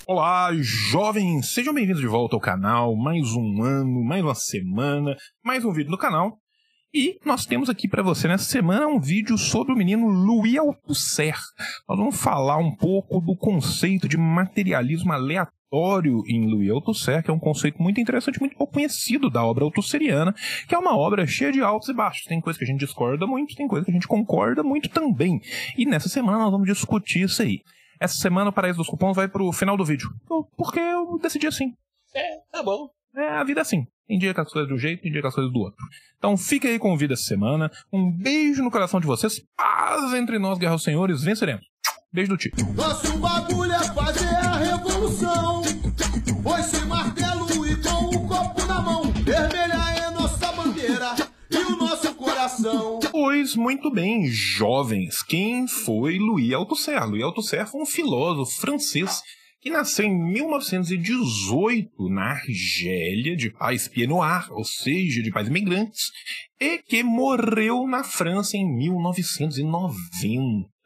Olá, jovens! Sejam bem-vindos de volta ao canal. Mais um ano, mais uma semana, mais um vídeo no canal. E nós temos aqui para você nessa semana um vídeo sobre o menino Louis Althusser. Nós vamos falar um pouco do conceito de materialismo aleatório em Louis Althusser, que é um conceito muito interessante, muito pouco conhecido da obra althusseriana, que é uma obra cheia de altos e baixos. Tem coisa que a gente discorda muito, tem coisa que a gente concorda muito também. E nessa semana nós vamos discutir isso aí. Essa semana o Paraíso dos Cupons vai pro final do vídeo. Porque eu decidi assim. Tá bom. A vida é assim. Tem dia que as coisas de um jeito, tem dia que as coisas do outro. Então fique aí com o vídeo essa semana. Um beijo no coração de vocês. Paz entre nós, guerra aos senhores. Venceremos. Beijo do tio. Nosso bagulho é fazer a revolução. Esse martelo e com o copo na mão. Vermelha é nossa bandeira e o nosso coração. Pois muito bem, jovens. Quem foi Louis Althusser? Louis Althusser foi um filósofo francês que nasceu em 1918 na Argélia, de pais pieds noirs, ou seja, de pais imigrantes, e que morreu na França em 1990.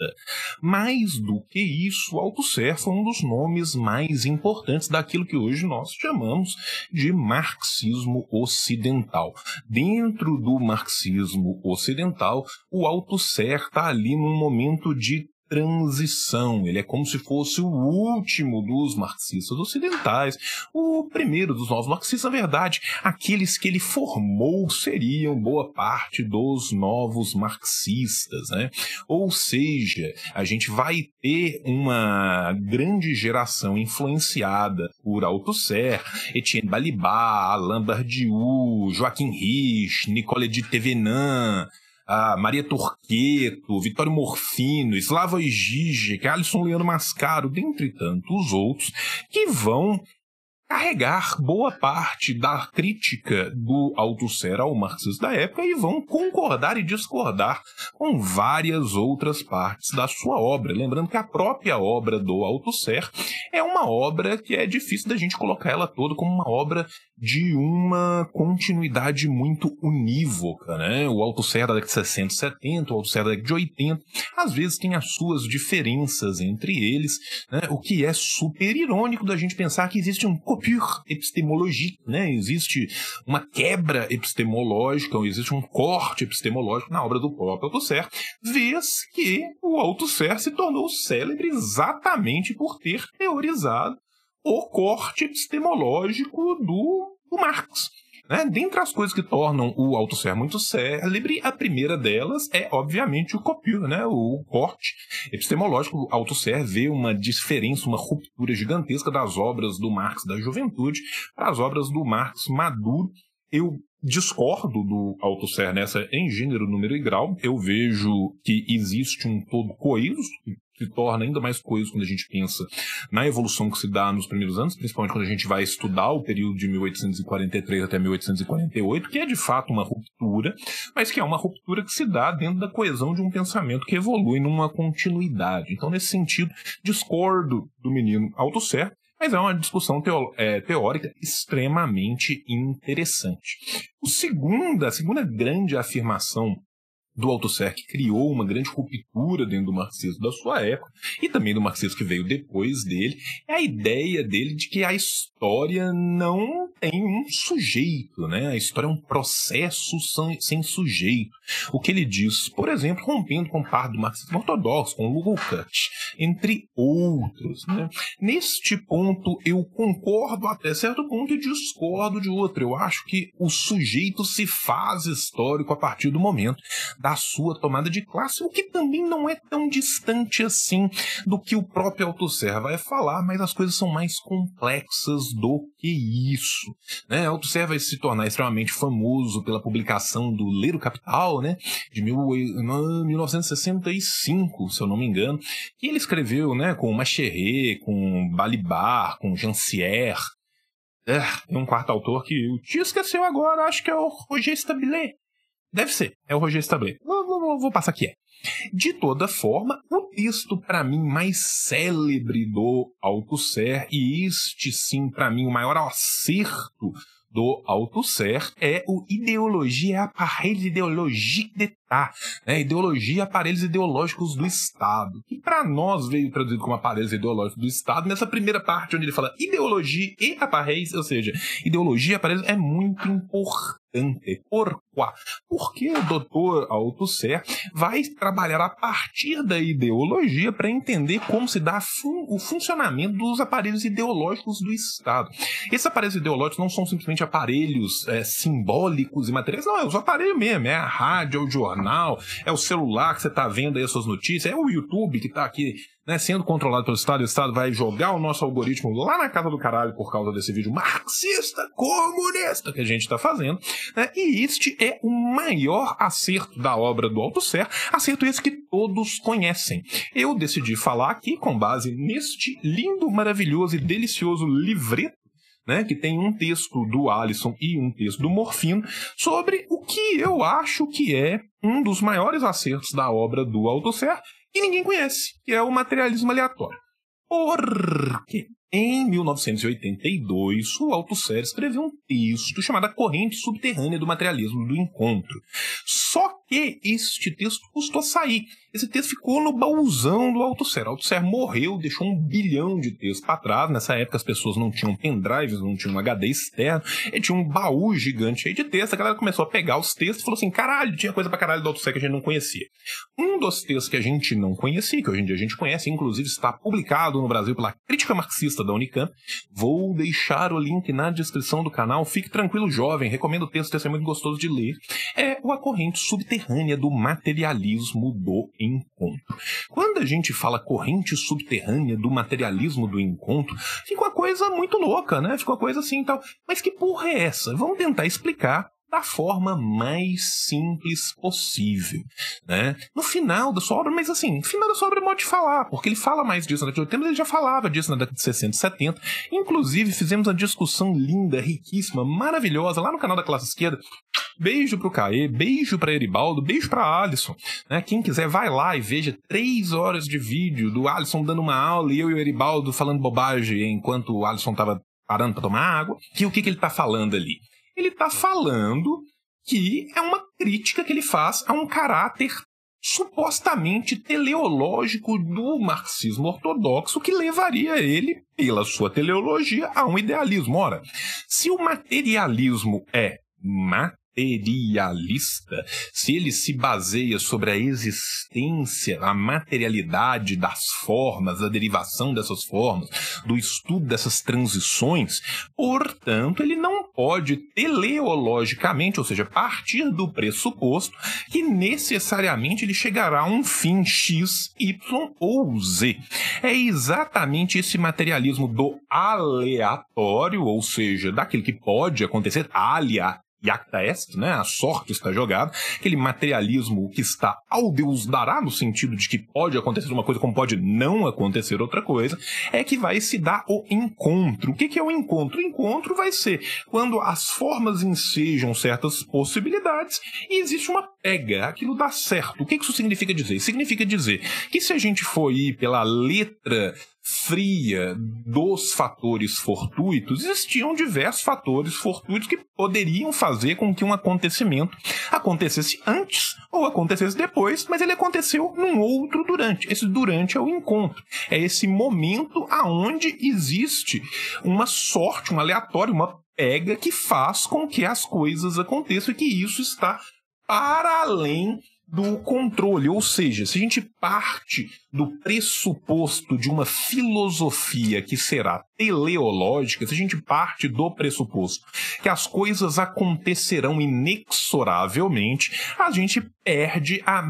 Mais do que isso, Althusser foi um dos nomes mais importantes daquilo que hoje nós chamamos de marxismo ocidental. Dentro do marxismo ocidental, o Althusser está ali num momento de transição. Ele é como se fosse o último dos marxistas ocidentais, o primeiro dos novos marxistas. Na verdade, aqueles que ele formou seriam boa parte dos novos marxistas, né? Ou seja, a gente vai ter uma grande geração influenciada por Althusser, Etienne Balibar, Alain Badiou, Joaquim Rich, Nicole de Thévenin, Maria Turqueto, Vittorio Morfino, Slavoj Žižek, Alisson Leandro Mascaro, dentre tantos outros, que vão carregar boa parte da crítica do Althusser ao marxismo da época e vão concordar e discordar com várias outras partes da sua obra. Lembrando que a própria obra do Althusser é uma obra que é difícil da gente colocar ela toda como uma obra de uma continuidade muito unívoca, né? O Althusser da década de 60 e 70, o Althusser da década de 80, às vezes tem as suas diferenças entre eles, né? O que é super irônico da gente pensar que existe um coupure epistemologique, né? Existe uma quebra epistemológica, ou existe um corte epistemológico na obra do próprio Althusser, vez que o Althusser se tornou célebre exatamente por ter teorizado o corte epistemológico do Marx. Né? Dentre as coisas que tornam o Althusser muito célebre, a primeira delas é, obviamente, o coupure, né? O corte epistemológico. O Althusser vê uma diferença, uma ruptura gigantesca das obras do Marx da juventude para as obras do Marx maduro. Eu discordo do Althusser nessa em gênero, número e grau. Eu vejo que existe um todo coeso, que se torna ainda mais coeso quando a gente pensa na evolução que se dá nos primeiros anos, principalmente quando a gente vai estudar o período de 1843 até 1848, que é de fato uma ruptura, mas que é uma ruptura que se dá dentro da coesão de um pensamento que evolui numa continuidade. Então, nesse sentido, discordo do menino Althusser, mas é uma discussão teórica extremamente interessante. A segunda grande afirmação do Althusser, que criou uma grande ruptura dentro do marxismo da sua época, e também do marxismo que veio depois dele, é a ideia dele de que a história não tem um sujeito, né? A história é um processo sem sujeito. O que ele diz, por exemplo, rompendo com parte do marxismo ortodoxo, com Lukács, entre outros, né? Neste ponto, eu concordo até certo ponto e discordo de outro. Eu acho que o sujeito se faz histórico a partir do momento da sua tomada de classe, o que também não é tão distante assim do que o próprio Althusser vai falar, mas as coisas são mais complexas do que isso, né? Althusser vai se tornar extremamente famoso pela publicação do Ler o Capital, né, de 1965, se eu não me engano, que ele escreveu, né, com Macheret, com Balibar, com Jansier. Tem um quarto autor que o tio esqueceu agora, acho que é o Roger Stabilé. Deve ser, é o Roger Stabilé. Vou passar aqui. De toda forma, o texto, para mim, mais célebre do Althusser, e este, sim, para mim, o maior acerto do Althusser, é o Idéologie appareil idéologique d'État, IATA, né? Ideologia, aparelhos ideológicos do Estado, que para nós veio traduzido como aparelhos ideológicos do Estado, nessa primeira parte onde ele fala ideologia e aparelhos, ou seja, ideologia e aparelhos é muito importante. Por quê? Porque o doutor Althusser vai trabalhar a partir da ideologia para entender como se dá o funcionamento dos aparelhos ideológicos do Estado. Esses aparelhos ideológicos não são simplesmente aparelhos simbólicos e materiais, não, é os aparelhos mesmo, é a rádio, é o jornal, é o celular que você está vendo aí as suas notícias, é o YouTube que está aqui, né, sendo controlado pelo Estado, e o Estado vai jogar o nosso algoritmo lá na casa do caralho por causa desse vídeo marxista, comunista que a gente está fazendo, né, e este é o maior acerto da obra do Althusser, acerto esse que todos conhecem. Eu decidi falar aqui com base neste lindo, maravilhoso e delicioso livreto, né, que tem um texto do Alisson e um texto do Morfino, sobre o que eu acho que é um dos maiores acertos da obra do Althusser, que ninguém conhece, que é o materialismo aleatório. Por quê? Em 1982, o Althusser escreveu um texto chamado A Corrente Subterrânea do Materialismo do Encontro. Só que este texto custou sair. Esse texto ficou no baúzão do Althusser. O Althusser morreu, deixou 1 bilhão de textos para trás. Nessa época as pessoas não tinham pendrives, não tinham um HD externo. Ele tinha um baú gigante cheio de texto. A galera começou a pegar os textos e falou assim, caralho, tinha coisa pra caralho do Althusser que a gente não conhecia. Um dos textos que a gente não conhecia, que hoje em dia a gente conhece, inclusive está publicado no Brasil pela Crítica Marxista da Unicamp. Vou deixar o link na descrição do canal. Fique tranquilo, jovem. Recomendo o texto é muito gostoso de ler. É o A Corrente Subterrânea do Materialismo do Encontro. Quando a gente fala corrente subterrânea do materialismo do encontro, fica uma coisa muito louca, né? Fica uma coisa assim e tal. Mas que porra é essa? Vamos tentar explicar da forma mais simples possível, né? No final da sua obra, mas assim, no final da sua obra é modo de falar, porque ele fala mais disso na década de 80, mas ele já falava disso na década de 60 e 70. Inclusive, fizemos uma discussão linda, riquíssima, maravilhosa, lá no canal da Classe Esquerda. Beijo pro Caê, beijo pra Eribaldo, beijo pra Alisson, né? Quem quiser, vai lá e veja 3 horas de vídeo do Alisson dando uma aula e eu e o Eribaldo falando bobagem enquanto o Alisson tava parando pra tomar água. E o que ele tá falando ali? Ele está falando que é uma crítica que ele faz a um caráter supostamente teleológico do marxismo ortodoxo que levaria ele, pela sua teleologia, a um idealismo. Ora, se o materialismo é materialista, se ele se baseia sobre a existência, a materialidade das formas, a derivação dessas formas, do estudo dessas transições, portanto, ele não pode teleologicamente, ou seja, partir do pressuposto que necessariamente ele chegará a um fim X, Y ou Z. É exatamente esse materialismo do aleatório, ou seja, daquilo que pode acontecer, Iacta est, né? A sorte está jogada, aquele materialismo que está ao Deus dará, no sentido de que pode acontecer uma coisa como pode não acontecer outra coisa, é que vai se dar o encontro. O que é o encontro? O encontro vai ser quando as formas ensejam certas possibilidades e existe uma pega, aquilo dá certo. O que isso significa dizer? Significa dizer que se a gente for ir pela letra fria dos fatores fortuitos, existiam diversos fatores fortuitos que poderiam fazer com que um acontecimento acontecesse antes ou acontecesse depois, mas ele aconteceu num outro durante. Esse durante é o encontro. É esse momento aonde existe uma sorte, um aleatório, uma pega que faz com que as coisas aconteçam e que isso está para além do controle, ou seja, se a gente parte do pressuposto de uma filosofia que será teleológica, se a gente parte do pressuposto que as coisas acontecerão inexoravelmente, a gente perde a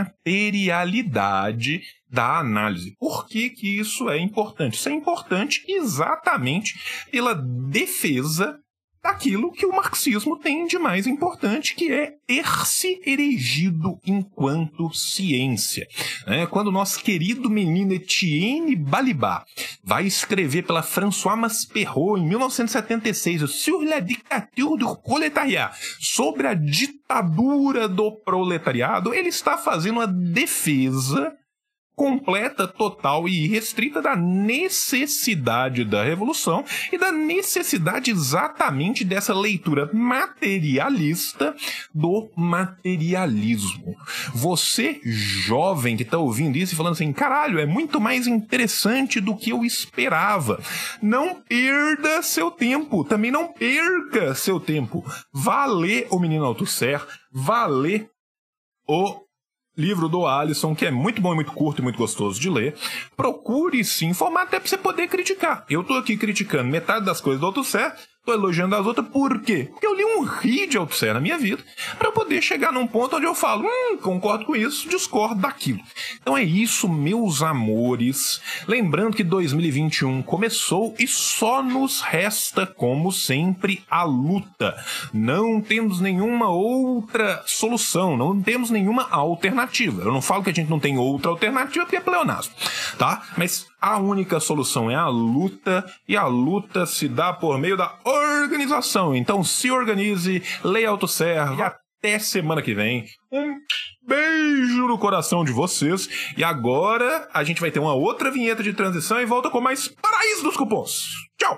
materialidade da análise. Por que que isso é importante? Isso é importante exatamente pela defesa daquilo que o marxismo tem de mais importante, que é ter se erigido enquanto ciência. Quando o nosso querido menino Etienne Balibar vai escrever pela François Maspero, em 1976, Sur la dictature du prolétariat, sobre a ditadura do proletariado, ele está fazendo uma defesa completa, total e irrestrita da necessidade da revolução e da necessidade exatamente dessa leitura materialista do materialismo. Você, jovem, que está ouvindo isso e falando assim, caralho, é muito mais interessante do que eu esperava. Não perda seu tempo, também não perca seu tempo. Vá ler O Menino Althusser, vá ler o livro do Alisson, que é muito bom e muito curto e muito gostoso de ler. Procure se informar até pra você poder criticar. Eu tô aqui criticando metade das coisas do Althusser, tô elogiando as outras, por quê? Porque eu li um rio de Althusser na minha vida pra poder chegar num ponto onde eu falo, concordo com isso, discordo daquilo. Então é isso, meus amores. Lembrando que 2021 começou e só nos resta, como sempre, a luta. Não temos nenhuma outra solução, não temos nenhuma alternativa. Eu não falo que a gente não tem outra alternativa porque é pleonasmo, tá? Mas a única solução é a luta, e a luta se dá por meio da organização. Então se organize, leia Althusser, e até semana que vem. Um beijo no coração de vocês. E agora a gente vai ter uma outra vinheta de transição e volta com mais Paraíso dos Cupons. Tchau!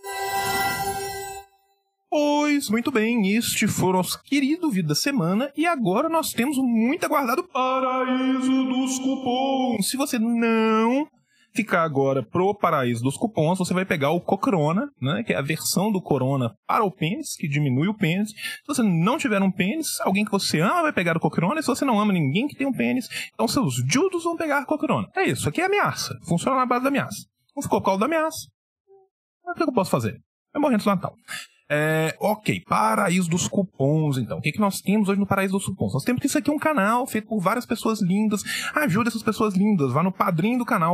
Pois, muito bem, este foram os queridos vídeos da semana e agora nós temos o muito aguardado Paraíso dos Cupons. Se você não ficar agora pro Paraíso dos Cupons, você vai pegar o Cocorona, né, que é a versão do Corona para o pênis, que diminui o pênis. Se você não tiver um pênis, alguém que você ama vai pegar o Cocorona, e se você não ama ninguém que tem um pênis, então seus dildos vão pegar Cocorona. É isso, aqui é ameaça, funciona na base da ameaça. Não ficou por causa da ameaça, o que eu posso fazer? Vai morrer no Natal. Ok, Paraíso dos Cupons, então. O que nós temos hoje no Paraíso dos Cupons? Nós temos que isso aqui é um canal feito por várias pessoas lindas. Ajude essas pessoas lindas. Vá no padrinho do canal,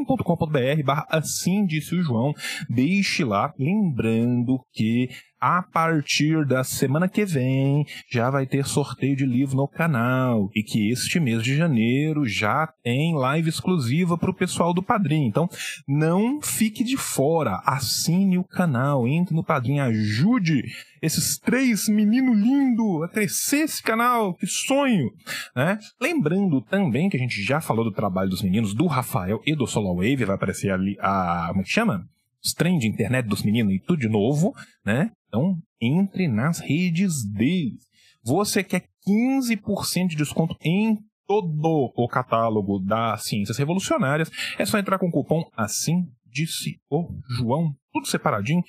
padrim.com.br/assim disse o João. Deixe lá. Lembrando que a partir da semana que vem já vai ter sorteio de livro no canal. E que este mês de janeiro já tem live exclusiva para o pessoal do Padrim. Então, não fique de fora. Assine o canal, entre no Padrim, ajude esses 3 meninos lindos a crescer esse canal. Que sonho! Né? Lembrando também que a gente já falou do trabalho dos meninos, do Rafael e do SolarWave. Vai aparecer ali como é que chama? Os trem de internet dos meninos e tudo de novo, né? Então, entre nas redes deles. Você quer 15% de desconto em todo o catálogo das Ciências Revolucionárias. É só entrar com o cupom Assim Disse o João. Tudo separadinho.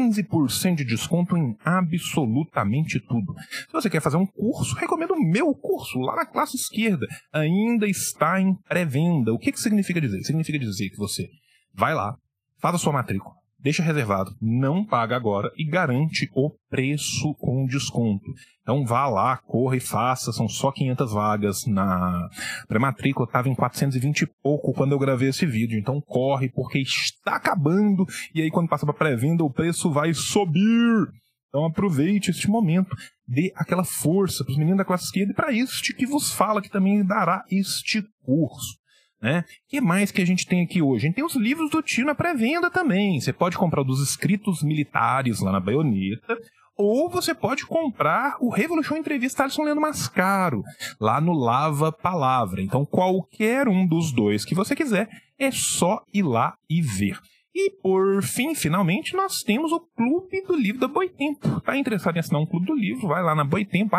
15% de desconto em absolutamente tudo. Se você quer fazer um curso, recomendo o meu curso, lá na classe esquerda. Ainda está em pré-venda. O que significa dizer? Significa dizer que você vai lá, faz a sua matrícula, deixa reservado, não paga agora e garante o preço com desconto. Então vá lá, corra e faça, são só 500 vagas. Na pré-matrícula estava em 420 e pouco quando eu gravei esse vídeo, então corre porque está acabando e aí quando passa para pré-venda o preço vai subir. Então aproveite este momento, dê aquela força para os meninos da classe esquerda e para este que vos fala que também dará este curso. Né? O que mais que a gente tem aqui hoje? A gente tem os livros do tio na pré-venda também. Você pode comprar dos escritos militares lá na Baioneta, ou você pode comprar o Revolution Entrevista Alisson Leandro Mascaro, lá no Lava Palavra. Então qualquer um dos dois que você quiser, é só ir lá e ver. E por fim, finalmente, nós temos o Clube do Livro da Boitempo. Tá interessado em assinar um Clube do Livro? Vai lá na Boitempo,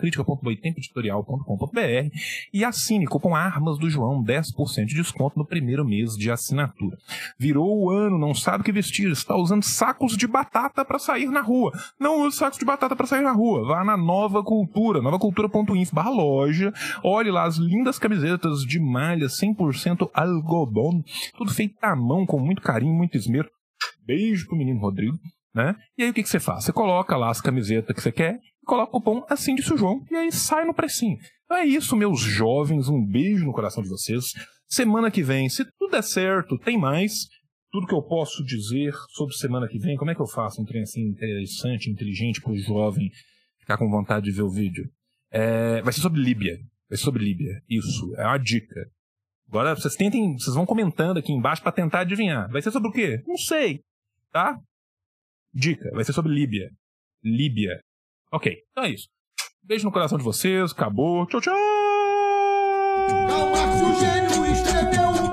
armasdacritica.boitempoeditorial.com.br e assine, cupom Armas do João, 10% de desconto no primeiro mês de assinatura. Virou o ano, não sabe o que vestir, está usando sacos de batata para sair na rua. Não use sacos de batata para sair na rua. Vá na Nova Cultura, novacultura.info/loja. Olhe lá as lindas camisetas de malha 100% algodão, tudo feito à mão com muito carinho, muito esmero. Beijo pro menino Rodrigo, né? E aí o que você faz? Você coloca lá as camisetas que você quer, coloca o cupom Assim Disse o João e aí sai no precinho. Então é isso, meus jovens, um beijo no coração de vocês. Semana que vem, se tudo der certo, tem mais. Tudo que eu posso dizer sobre semana que vem, como é que eu faço um trem assim interessante, inteligente pro jovem ficar com vontade de ver o vídeo? Vai ser sobre Líbia. Vai ser sobre Líbia. Isso, é uma dica. Agora vocês vão comentando aqui embaixo para tentar adivinhar. Vai ser sobre o quê? Não sei, tá? Dica, vai ser sobre Líbia. Líbia. Ok, então é isso. Beijo no coração de vocês, acabou. Tchau, tchau! Karl Marx, o gênio, escreveu